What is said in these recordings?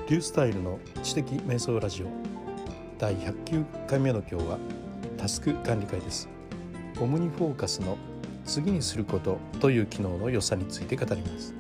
リュースタイルの知的瞑想ラジオ第109回目の今日はタスク管理会です。オムニフォーカスの次にすることという機能の良さについて語ります。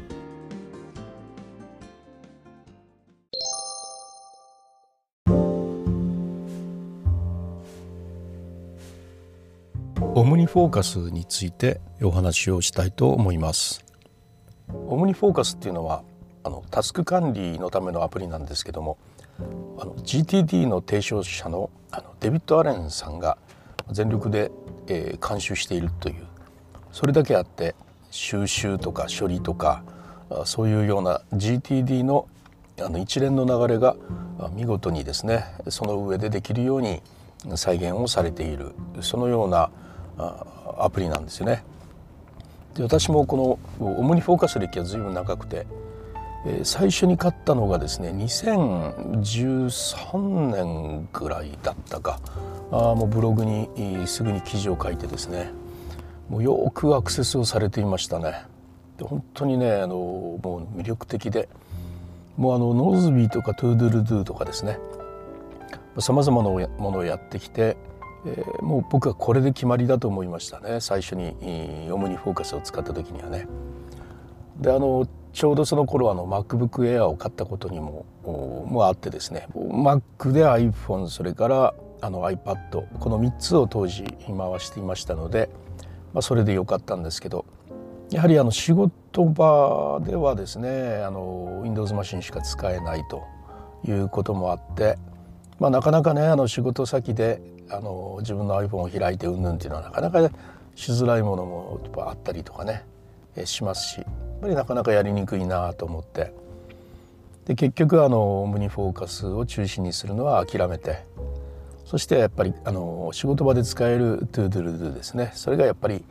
オムニフォーカスについてお話をしたいと思います。オムニフォーカスっていうのはタスク管理のためのアプリなんですけども、GTD の提唱者のデビッド・アレンさんが全力で、監修しているという、それだけあって収集とか処理とかそういうような GTD の一連の流れが見事にですね、その上でできるように再現をされている、そのようなアプリなんですよね。で、私もこのオムニフォーカス歴は随分長くて、最初に買ったのがですね2013年ぐらいだったか、もうブログにすぐに記事を書いてですね、もうよくアクセスをされていましたね。で、本当にねもう魅力的で、もうノーズビーとかトゥードゥルドゥとかですね、さまざまなものをやってきて、もう僕はこれで決まりだと思いましたね。最初にオムニフォーカスを使った時にはね。でちょうどその頃MacBook Air を買ったことにもあってですね、 Mac で iPhone それからiPad、 この3つを当時回していましたので、それでよかったんですけど、やはり仕事場ではですねWindows マシンしか使えないということもあって、なかなかね仕事先で自分の iPhone を開いてうんぬんっていうのはなかなかしづらいものもあったりとかねしますし、やっぱりなかなかやりにくいなと思って、で結局オムニフォーカスを中心にするのは諦めて、そしてやっぱり仕事場で使えるトゥードゥルドゥですね、それがやっぱり、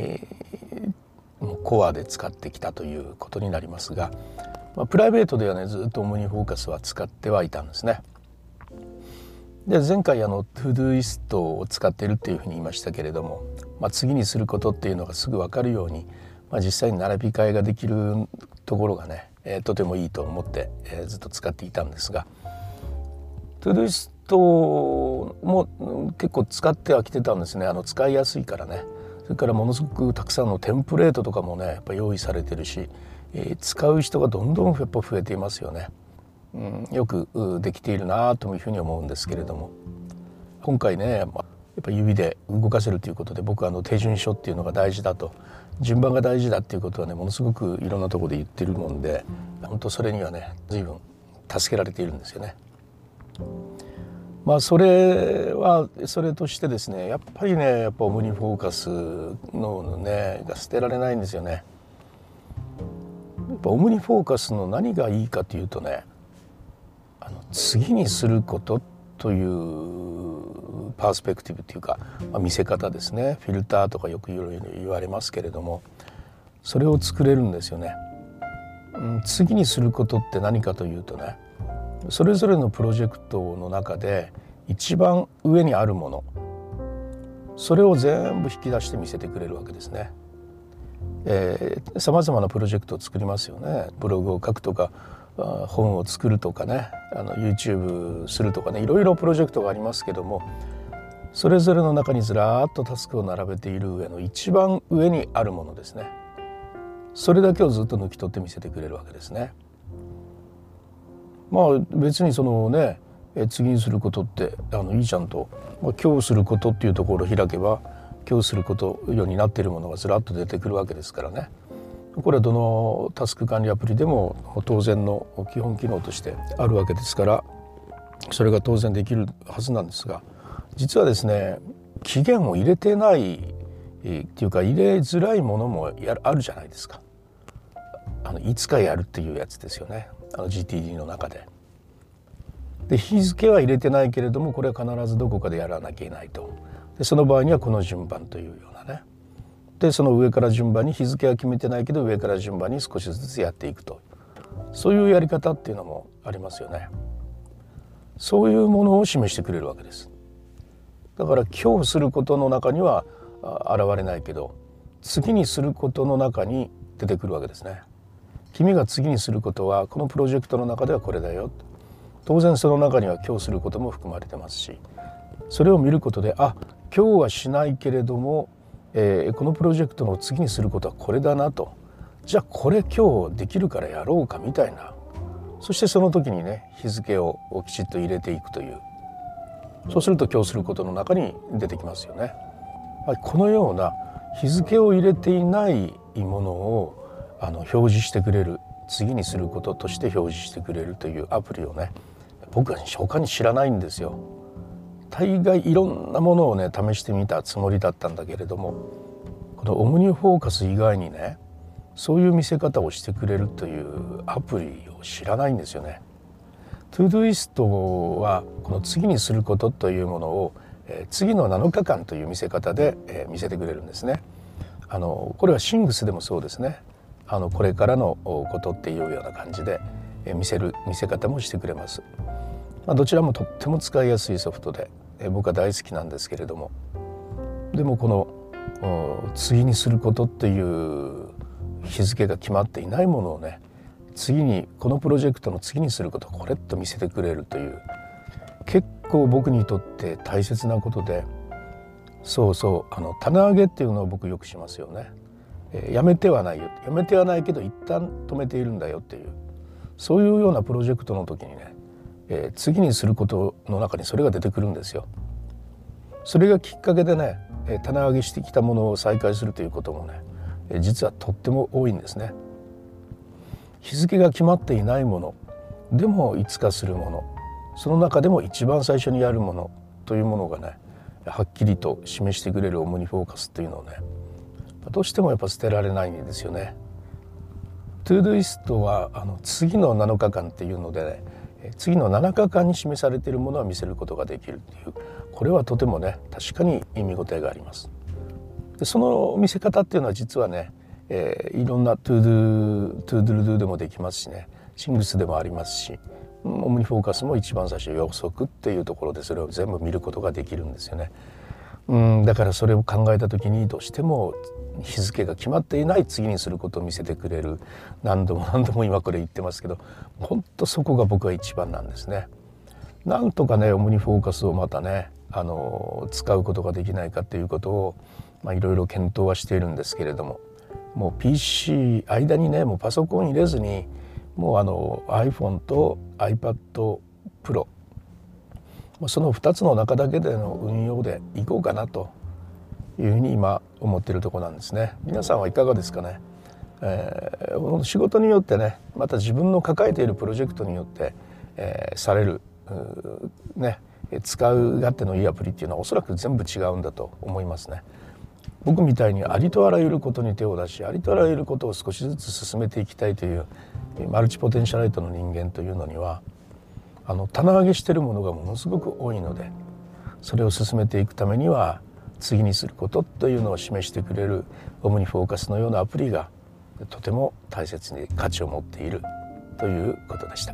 コアで使ってきたということになりますが、プライベートではねずっとオムニフォーカスは使ってはいたんですね。で、前回トゥードゥイストを使っているっていうふうに言いましたけれども、次にすることっていうのがすぐ分かるように、実際に並び替えができるところがね、とてもいいと思って、ずっと使っていたんですが、トゥードゥイストも結構使ってはきてたんですね。使いやすいからね。それからものすごくたくさんのテンプレートとかもねやっぱ用意されてるし、使う人がどんどんやっぱ増えていますよね。よくできているなというふうに思うんですけれども、今回ねやっぱ指で動かせるということで、僕は手順書っていうのが大事だと、順番が大事だっていうことはねものすごくいろんなところで言ってるもんで、本当それにはね随分助けられているんですよね。それはそれとしてですね、やっぱりオムニフォーカスのねが捨てられないんですよね。やっぱオムニフォーカスの何がいいかというとね、次にすることというパースペクティブというか、見せ方ですね。フィルターとかよくいろいろ言われますけれども、それを作れるんですよね。次にすることって何かというとね、それぞれのプロジェクトの中で一番上にあるもの、それを全部引き出して見せてくれるわけですね。さまざまなプロジェクトを作りますよね。ブログを書くとか本を作るとかね、YouTube するとかね、いろいろプロジェクトがありますけども、それぞれの中にずらーっとタスクを並べている上の一番上にあるものですね。それだけをずっと抜き取って見せてくれるわけですね。別にそのね次にすることっていいじゃんと、今日することっていうところを開けば今日することようになっているものがずらっと出てくるわけですからね。これはどのタスク管理アプリでも当然の基本機能としてあるわけですから、それが当然できるはずなんですが、実はですね期限を入れてないっていうか入れづらいものもあるじゃないですか。いつかやるっていうやつですよね。GTD の中で。で、日付は入れてないけれどもこれは必ずどこかでやらなきゃいけないと。でその場合にはこの順番というようなね。でその上から順番に、日付は決めてないけど上から順番に少しずつやっていくと、そういうやり方っていうのもありますよね。そういうものを示してくれるわけです。だから今日することの中には現れないけど、次にすることの中に出てくるわけですね。 君が次にすることはこのプロジェクトの中ではこれだよ。当然その中には今日することも含まれてますし、それを見ることで今日はしないけれども、このプロジェクトの次にすることはこれだなと、じゃあこれ今日できるからやろうかみたいな、そしてその時にね日付をきちっと入れていくという、そうすると今日することの中に出てきますよね。このような日付を入れていないものを表示してくれる、次にすることとして表示してくれるというアプリをね、僕は他に知らないんですよ。大概いろんなものをね試してみたつもりだったんだけれども、このオムニフォーカス以外にねそういう見せ方をしてくれるというアプリを知らないんですよね。トゥードゥイストはこの次にすることというものを次の7日間という見せ方で見せてくれるんですね。これはシングスでもそうですね。これからのことっていうような感じで見せ方もしてくれます。どちらもとっても使いやすいソフトで僕は大好きなんですけれども、でもこの次にすることっていう日付が決まっていないものをね、次にこのプロジェクトの次にすることをこれっと見せてくれるという、結構僕にとって大切なことで、棚上げっていうのを僕よくしますよね。やめてはないよ、やめてはないけど一旦止めているんだよっていう、そういうようなプロジェクトの時にね、次にすることの中にそれが出てくるんですよ。それがきっかけでね、棚上げしてきたものを再開するということもね、実はとっても多いんですね。日付が決まっていないものでもいつかするもの、その中でも一番最初にやるものというものがね、はっきりと示してくれるオムニフォーカスっていうのをね、どうしてもやっぱ捨てられないんですよね。トゥードゥイストは次の7日間っていうので、ね、次の7日間に示されているものは見せることができるっていう、これはとてもね確かに見応えがあります。でその見せ方っていうのは実はね、いろんなトゥードゥルドゥでもできますしね、シングスでもありますし、オムニフォーカスも一番最初予測っていうところでそれを全部見ることができるんですよね。だからそれを考えた時にどうしても日付が決まっていない次にすることを見せてくれる、何度も今これ言ってますけど、本当そこが僕は一番なんですね。なんとかねオムニフォーカスをまたね使うことができないかっていうことをいろいろ検討はしているんですけれども、もう PC 間にねもうパソコン入れずに、もうiPhone と iPad Pro、その2つの中だけでの運用でいこうかなというふうに今思っているところなんですね。皆さんはいかがですかね。仕事によってね、また自分の抱えているプロジェクトによって、される使う勝手のいいアプリっていうのはおそらく全部違うんだと思いますね。僕みたいにありとあらゆることに手を出し、ありとあらゆることを少しずつ進めていきたいというマルチポテンシャライトの人間というのには、棚上げしているものがものすごく多いので、それを進めていくためには次にすることというのを示してくれるオムニフォーカスのようなアプリがとても大切に価値を持っているということでした。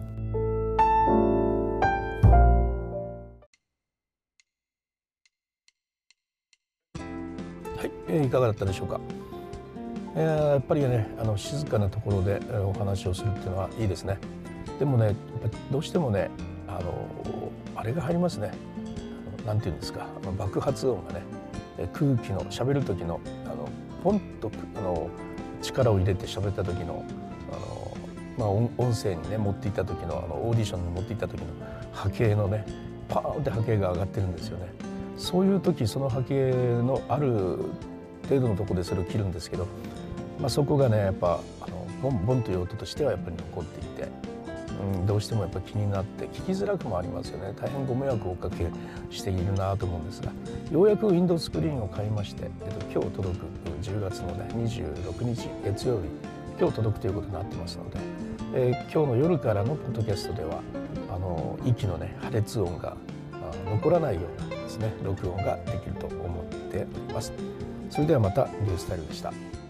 はい、いかがだったでしょうか。やっぱりね静かなところでお話をするっていうのはいいですね。でもねやっぱどうしてもねあれが入りますね。なんていうんですか、爆発音がね、空気の喋る時のポンと力を入れて喋った時の音声にね持っていった時のオーディションに持っていった時の波形のねパーンって波形が上がってるんですよね。そういう時その波形のある程度のところでそれを切るんですけど、そこがねやっぱボンボンという音としてはやっぱり残っていて、どうしてもやっぱ気になって聞きづらくもありますよね。大変ご迷惑をおかけしているなと思うんですが、ようやくウィンドウスクリーンを買いまして、今日届く10月のね26日月曜日、今日届くということになってますので、今日の夜からのポッドキャストでは息のね破裂音が残らないようなですね録音ができると思っております。それではまたニュースタイルでした。